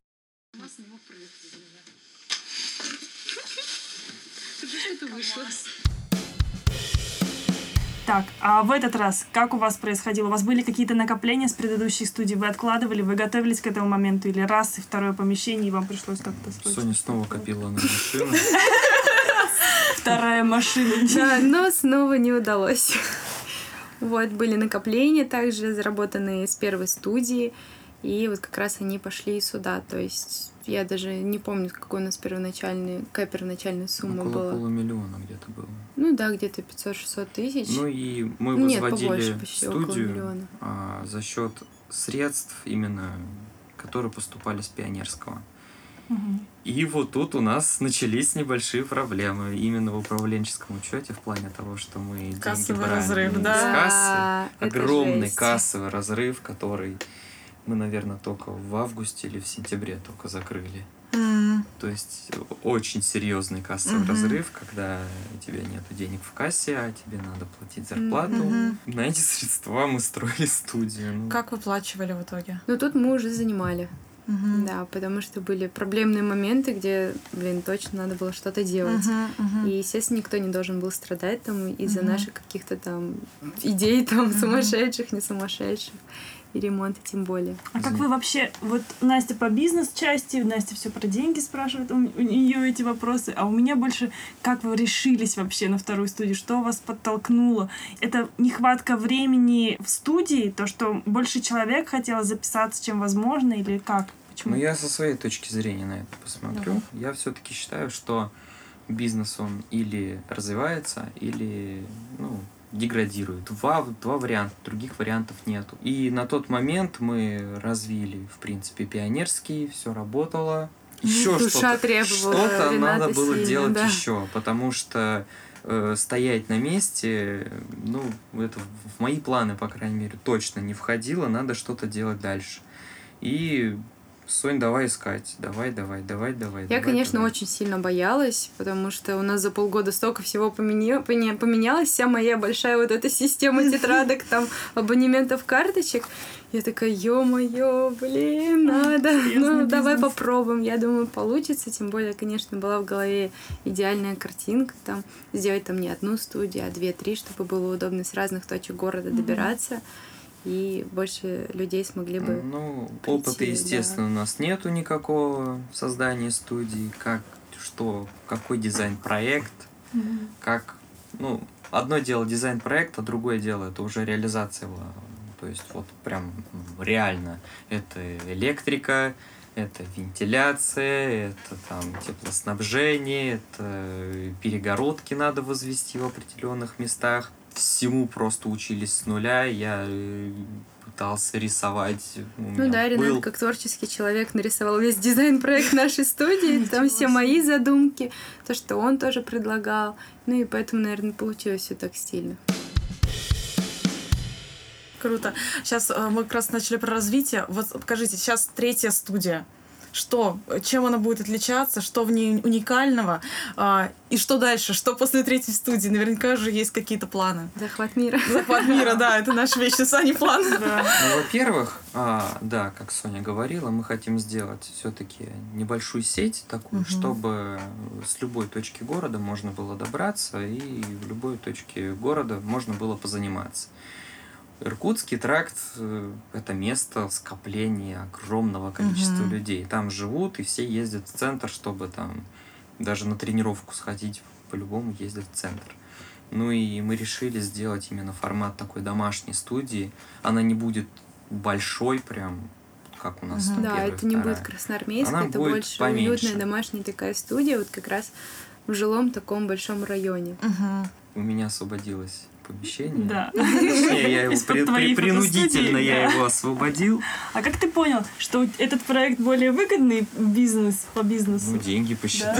Так, а в этот раз как у вас происходило? У вас были какие-то накопления с предыдущей студии? Вы откладывали, вы готовились к этому моменту? Или раз и второе помещение, и вам пришлось как-то срочно? Соня снова копила на машину. Вторая машина. Да, но снова не удалось. Вот, были накопления также, заработанные с первой студии, и вот как раз они пошли сюда. То есть я даже не помню, какая у нас первоначальная сумма была. Около 500 000 где-то было. Ну да, где-то 500-600 тысяч. Ну и мы возводили студию за счет средств, именно которые поступали с Пионерского. И вот тут у нас начались небольшие проблемы именно в управленческом учете в плане того, что мы деньги брали разрыв, из да? кассы. Огромный кассовый разрыв, который мы, наверное, только в августе или в сентябре только закрыли. То есть очень серьезный кассовый разрыв, когда у тебя нет денег в кассе, а тебе надо платить зарплату. На эти средства мы строили студию. Как выплачивали в итоге? Ну тут мы уже занимали. Да, потому что были проблемные моменты, где, точно надо было что-то делать. И, естественно, никто не должен был страдать там из-за наших каких-то там идей там сумасшедших, не сумасшедших. И ремонта тем более. А как вы вообще... Вот Настя по бизнес-части, Настя все про деньги спрашивает, у нее эти вопросы, а у меня больше... Как вы решились вообще на вторую студию? Что вас подтолкнуло? Это нехватка времени в студии? То, что больше человек хотело записаться, чем возможно? Или как? Почему? Ну, я со своей точки зрения на это посмотрю. Давай. Я все-таки считаю, что бизнес, он или развивается, или, деградирует. Два варианта, других вариантов нету. И на тот момент мы развили, в принципе, Пионерский, все работало. Еще что-то надо было делать еще, потому что стоять на месте, это в мои планы, по крайней мере, точно не входило, надо что-то делать дальше. И Сонь, давай искать. Давай. Я, конечно, очень сильно боялась, потому что у нас за полгода столько всего поменялось. Вся моя большая вот эта система тетрадок, там, абонементов, карточек. Я такая, ё-моё, блин, надо. Давай попробуем. Я думаю, получится. Тем более, конечно, была в голове идеальная картинка. Там, сделать там не одну студию, а 2-3, чтобы было удобно с разных точек города добираться. и больше людей смогли бы прийти, опыта, естественно, у нас нету никакого в создании студии, какой дизайн-проект, одно дело дизайн-проект, а другое дело это уже реализация. То есть вот прям реально это электрика, это вентиляция, это там теплоснабжение, это перегородки надо возвести в определенных местах. Всему просто учились с нуля. Я пытался рисовать. Ренат, как творческий человек, нарисовал весь дизайн-проект нашей студии. Там все мои задумки, то, что он тоже предлагал. И поэтому, наверное, получилось все так стильно. Круто. Сейчас мы как раз начали про развитие. Вот покажите, сейчас 3-я студия. Чем она будет отличаться, что в ней уникального, и что дальше, что после 3-й студии? Наверняка же есть какие-то планы. Захват мира. Захват мира, да, это наш вечный Сани план. Во-первых, как Соня говорила, мы хотим сделать все-таки небольшую сеть такую, чтобы с любой точки города можно было добраться, и в любой точке города можно было позаниматься. Иркутский тракт – это место скопления огромного количества людей. Там живут, и все ездят в центр, чтобы там даже на тренировку сходить, по-любому ездят в центр. И мы решили сделать именно формат такой домашней студии. Она не будет большой прям, как у нас там первая, это не будет красноармейская, это больше поменьше. Уютная домашняя такая студия, вот как раз в жилом таком большом районе. У меня освободилось помещение. Да. Я его принудительно его освободил. А как ты понял, что этот проект более выгодный по бизнесу? Деньги посчитал.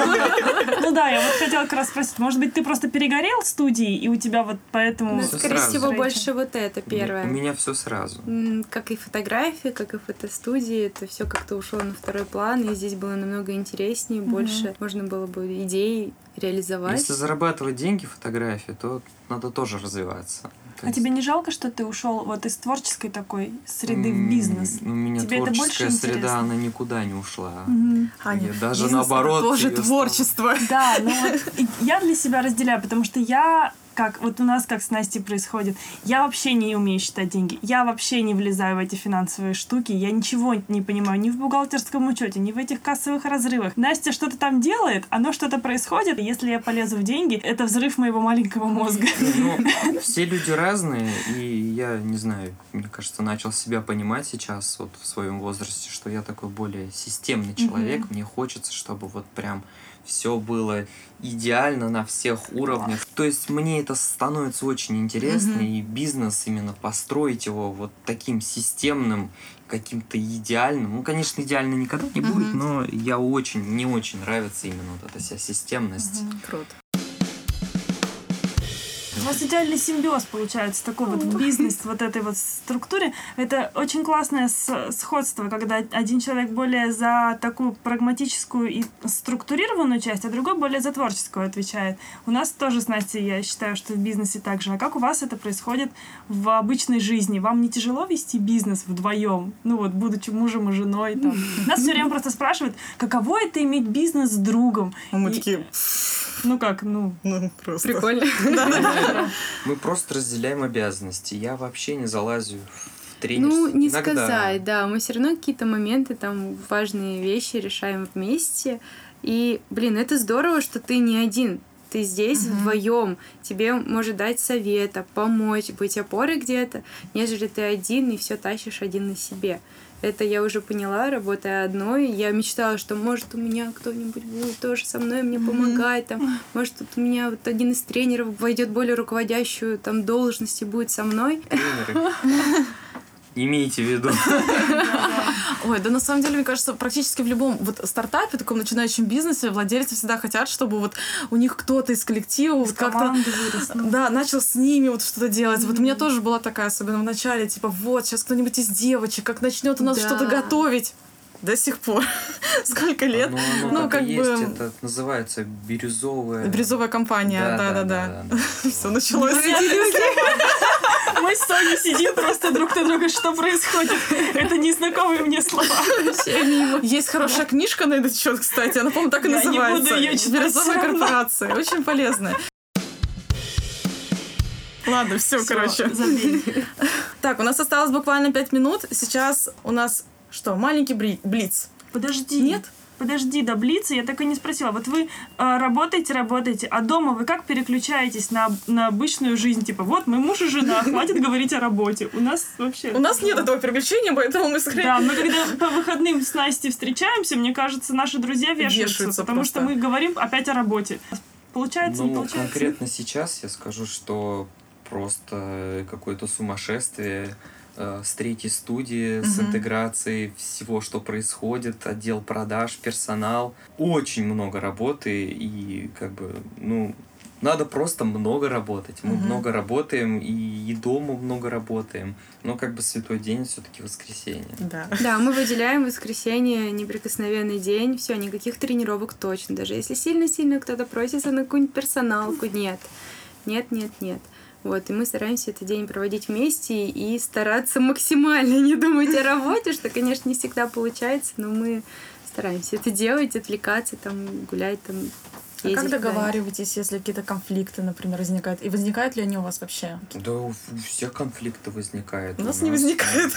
Я вот хотела как раз спросить, может быть, ты просто перегорел в студии, и у тебя вот поэтому... Скорее всего, больше вот это первое. У меня все сразу. Как и фотографии, как и фотостудии, это все как-то ушло на второй план, и здесь было намного интереснее, больше можно было бы идей реализовать. Если зарабатывать деньги в фотографии, то надо тоже развиваться. Тебе не жалко, что ты ушел вот из творческой такой среды в бизнес? У меня тебе творческая среда, она никуда не ушла. Аня, даже наоборот. Тоже творчество. Да, я для себя разделяю, потому что у нас как с Настей происходит, я вообще не умею считать деньги, я вообще не влезаю в эти финансовые штуки, я ничего не понимаю ни в бухгалтерском учете, ни в этих кассовых разрывах. Настя что-то там делает, оно что-то происходит, и если я полезу в деньги, это взрыв моего маленького мозга. Все люди разные, и я не знаю, мне кажется, начал себя понимать сейчас вот в своем возрасте, что я такой более системный человек, мне хочется, чтобы вот прям все было идеально на всех уровнях. То есть мне это становится очень интересно, и бизнес именно построить его вот таким системным, каким-то идеальным. Конечно, идеально никогда не будет, но мне очень нравится именно вот эта вся системность. Круто. У вас идеальный симбиоз получается, такой вот бизнес, вот этой вот структуре. Это очень классное сходство, когда один человек более за такую прагматическую и структурированную часть, а другой более за творческую отвечает. У нас тоже с Настей, я считаю, что в бизнесе так же. А как у вас это происходит в обычной жизни? Вам не тяжело вести бизнес вдвоем? Будучи мужем и женой. Там. Нас все время просто спрашивают, каково это иметь бизнес с другом? А мы такие... просто. Прикольно. Мы просто разделяем обязанности. Я вообще не залазю в тренерство. Не сказать, да. Мы все равно какие-то моменты, там, важные вещи решаем вместе. И, это здорово, что ты не один. Ты здесь вдвоем. Тебе может дать совет, помочь, быть опорой где-то, нежели ты один и все тащишь один на себе. Это я уже поняла, работая одной. Я мечтала, что, может, у меня кто-нибудь будет тоже со мной мне помогать. Может, тут у меня один из тренеров войдет более руководящую должность и будет со мной. Тренеры. Имейте в виду. Ой, да на самом деле, мне кажется, практически в любом стартапе, таком начинающем бизнесе, владельцы всегда хотят, чтобы у них кто-то из коллектива как-то начал с ними что-то делать. У меня тоже была такая, особенно в начале, сейчас кто-нибудь из девочек как начнет у нас что-то готовить. До сих пор. Сколько лет? Это называется бирюзовая компания. Да. Все началось. Мы с Соней сидим просто друг на друга, что происходит. Это незнакомые мне слова. Есть хорошая книжка на этот счет, кстати. Она, по-моему, так и называется. Я не буду ее читать. Бирюзовая корпорация. Очень полезная. Ладно, все, короче. Забей. Так, у нас осталось буквально 5 минут. Сейчас у нас что, маленький блиц? Подожди. Нет? Подожди, до блица я так и не спросила. Вот вы работаете, а дома вы как переключаетесь на обычную жизнь? Типа, вот мы муж и жена, хватит говорить о работе. У нас вообще... У нас нет этого переключения, поэтому мы скорее... Да, мы когда по выходным с Настей встречаемся, мне кажется, наши друзья вешаются потому просто. что мы говорим опять о работе. Получается, не получается? Конкретно сейчас я скажу, что просто какое-то сумасшествие с третьей студии, с интеграцией всего, что происходит, отдел продаж, персонал. Очень много работы, и надо просто много работать. Мы много работаем, и дома много работаем. Но святой день все-таки воскресенье. Да, мы выделяем воскресенье неприкосновенный день. Все, никаких тренировок точно. Даже если сильно-сильно кто-то просится на какую-нибудь персоналку, нет. Вот, и мы стараемся этот день проводить вместе и стараться максимально не думать о работе, что, конечно, не всегда получается, но мы стараемся это делать, отвлекаться, гулять, А как договариваетесь, если какие-то конфликты, например, возникают? И возникают ли они у вас вообще? Да, у всех конфликты возникают. У нас не возникает.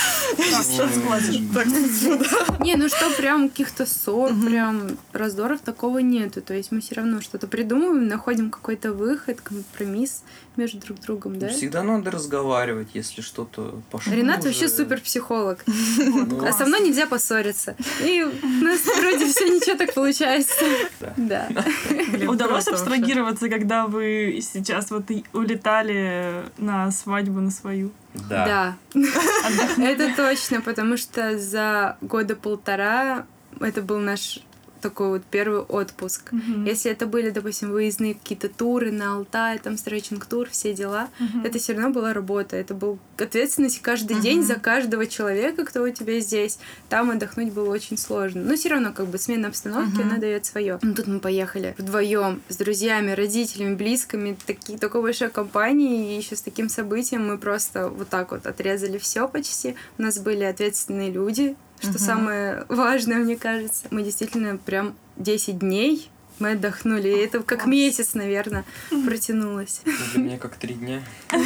Не, что прям каких-то ссор, прям раздоров такого нету. То есть мы все равно что-то придумываем, находим какой-то выход, компромисс между друг другом, да? Всегда надо разговаривать, если что-то пошло. Ренат вообще супер психолог. А со мной нельзя поссориться. И у нас вроде все ничего так получается. Да. Удалось абстрагироваться, когда вы сейчас улетали на свадьбу на свою? Да. Это точно, потому что за 1.5 года это был наш такой первый отпуск. Если это были, допустим, выездные какие-то туры на Алтай, стретчинг-тур, все дела, это все равно была работа. Это был ответственность каждый день за каждого человека, кто у тебя здесь. Там отдохнуть было очень сложно. Но все равно смена обстановки, она дает свое. Тут мы поехали вдвоем с друзьями, родителями, близкими, такой большой компанией, и еще с таким событием мы просто вот так вот отрезали все почти. У нас были ответственные люди, что самое важное, мне кажется. Мы действительно прям 10 дней мы отдохнули. И это как месяц, наверное, протянулось. Для меня как 3 дня.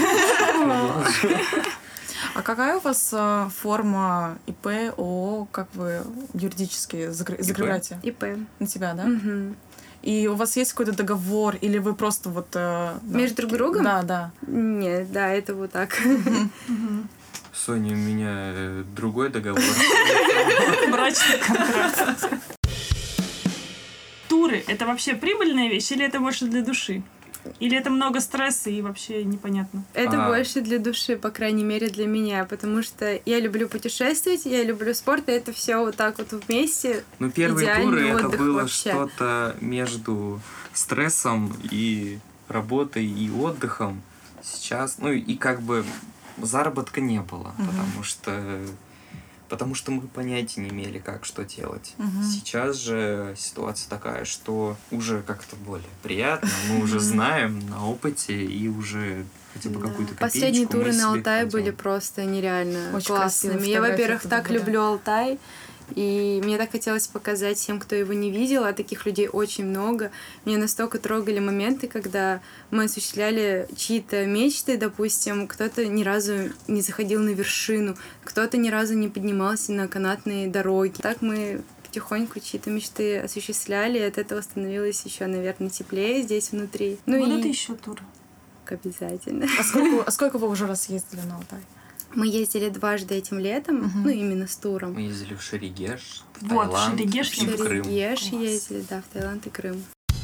А какая у вас форма ИП, ООО, как вы юридически закрываете? ИП. На тебя, да? И у вас есть какой-то договор, или вы просто Между друг другом? Да. Нет, да, это вот так. Соня, у меня другой договор. Брачный контракт. Туры — это вообще прибыльная вещь, или это больше для души? Или это много стресса и вообще непонятно? Это больше для души, по крайней мере, для меня, потому что я люблю путешествовать, я люблю спорт, и это все вот так вот вместе. Первые туры это было вообще. Что-то между стрессом и работой и отдыхом. Сейчас, заработка не было, потому что мы понятия не имели, как что делать. Сейчас же ситуация такая, что уже как-то более приятно, мы уже знаем на опыте и уже хотя бы какую-то копеечку. Последние туры на Алтае были просто нереально очень классными. Я, во-первых, так люблю Алтай, и мне так хотелось показать всем, кто его не видел, а таких людей очень много. Меня настолько трогали моменты, когда мы осуществляли чьи-то мечты, допустим, кто-то ни разу не заходил на вершину, кто-то ни разу не поднимался на канатные дороги. Так мы потихоньку чьи-то мечты осуществляли, и от этого становилось еще, наверное, теплее здесь внутри. Будут еще туры? Обязательно. А сколько вы уже раз ездили на Алтай? Мы ездили дважды этим летом, именно с туром. Мы ездили в Шерегеш, в Таиланд, Таиланд, и в Крым. Шерегеш ездили, да, в Таиланд и Крым.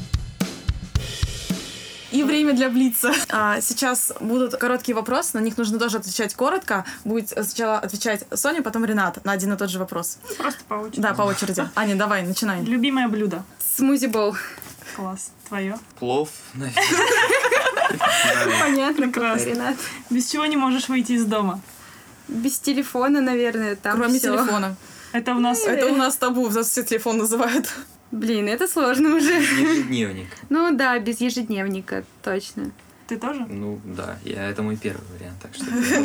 И время для блица. Сейчас будут короткие вопросы, на них нужно тоже отвечать коротко. Будет сначала отвечать Соня, потом Ренат на один и тот же вопрос. Просто по очереди. Да, по очереди. Аня, давай, начинай. Любимое блюдо? Смузи-бол. Класс. Твое? Плов, наверное. Понятно, прекрасно. Ренат. Без чего не можешь выйти из дома? Без телефона, наверное, там Кроме всё. телефона. Это у нас табу, у нас все телефон называют. Блин, это сложно уже. Ежедневник. Да, без ежедневника, точно. Ты тоже? Да, это мой первый вариант, так что...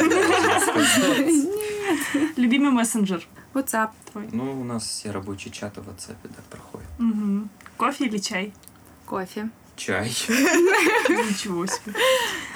Любимый мессенджер? WhatsApp. Твой. У нас все рабочие чаты в WhatsApp проходят. Кофе или чай? Кофе. Чай. Ничего себе.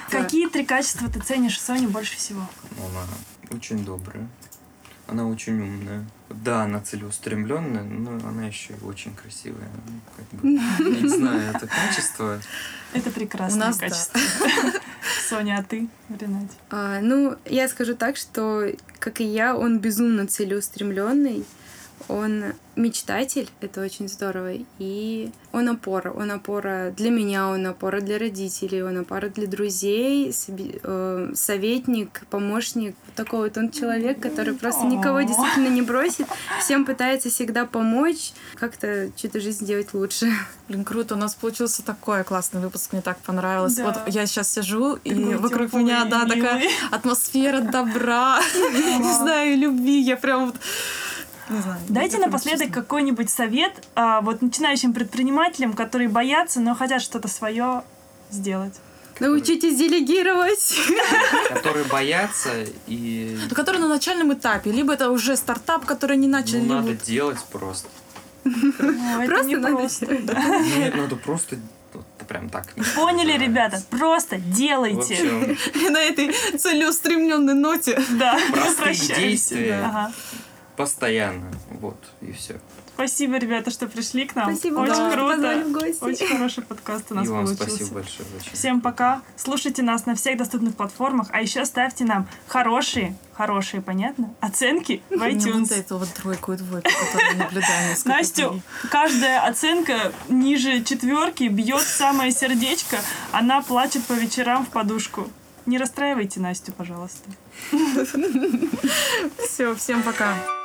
Какие 3 качества ты ценишь в Соне больше всего? Она очень добрая. Она очень умная. Да, она целеустремленная, но она еще и очень красивая. Не знаю, это качество. Это прекрасное качество. Соня, а ты, Ренате? Я скажу так, что, как и я, он безумно целеустремленный. Он мечтатель, это очень здорово, и он опора. Он опора для меня, он опора для родителей, он опора для друзей, советник, помощник. Такой вот он человек, который просто никого действительно не бросит, всем пытается всегда помочь, как-то что-то жизнь сделать лучше. Блин, круто, у нас получился такой классный выпуск, мне так понравилось. Да. Вот я сейчас сижу, и Такой вокруг теплый, меня, да, милый. такая атмосфера добра, не знаю, любви. Я прям вот... Не знаю, Дайте напоследок какой-нибудь совет вот начинающим предпринимателям, которые боятся, но хотят что-то свое сделать. Научитесь делегировать. Которые боятся и... Которые на начальном этапе. Либо это уже стартап, который не начали. Ну, надо делать просто. Это не просто. Нет, надо просто... Прям так. Поняли, ребята? Просто делайте. И на этой целеустремленной ноте. Да, простые действия. Ага. Постоянно. Вот, и все. Спасибо, ребята, что пришли к нам. Спасибо, Очень что позвали в круто. гости. Очень хороший подкаст у нас И вам получился. спасибо большое. Всем пока. Слушайте нас на всех доступных платформах, а еще ставьте нам хорошие, понятно, оценки в iTunes. Вот эту вот 3 и 2, которую наблюдаем. Настю, каждая оценка ниже 4 бьет в самое сердечко. Она плачет по вечерам в подушку. Не расстраивайте Настю, пожалуйста. Все, всем пока.